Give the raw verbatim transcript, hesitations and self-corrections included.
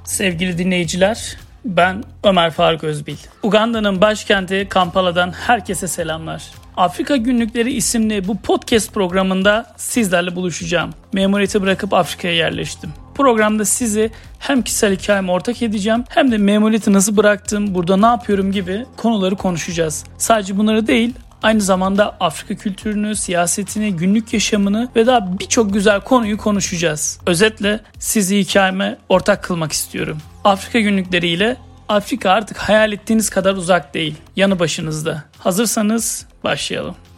Sevgili dinleyiciler, ben Ömer Faruk Özbil. Uganda'nın başkenti Kampala'dan herkese selamlar. Afrika Günlükleri isimli bu podcast programında sizlerle buluşacağım. Memuriyeti bırakıp Afrika'ya yerleştim. Programda sizi hem kişisel hikayemi ortak edeceğim hem de memuriyeti nasıl bıraktım, burada ne yapıyorum gibi konuları konuşacağız. Sadece bunları değil, aynı zamanda Afrika kültürünü, siyasetini, günlük yaşamını ve daha birçok güzel konuyu konuşacağız. Özetle sizi hikayeme ortak kılmak istiyorum. Afrika Günlükleri ile Afrika artık hayal ettiğiniz kadar uzak değil, yanı başınızda. Hazırsanız başlayalım.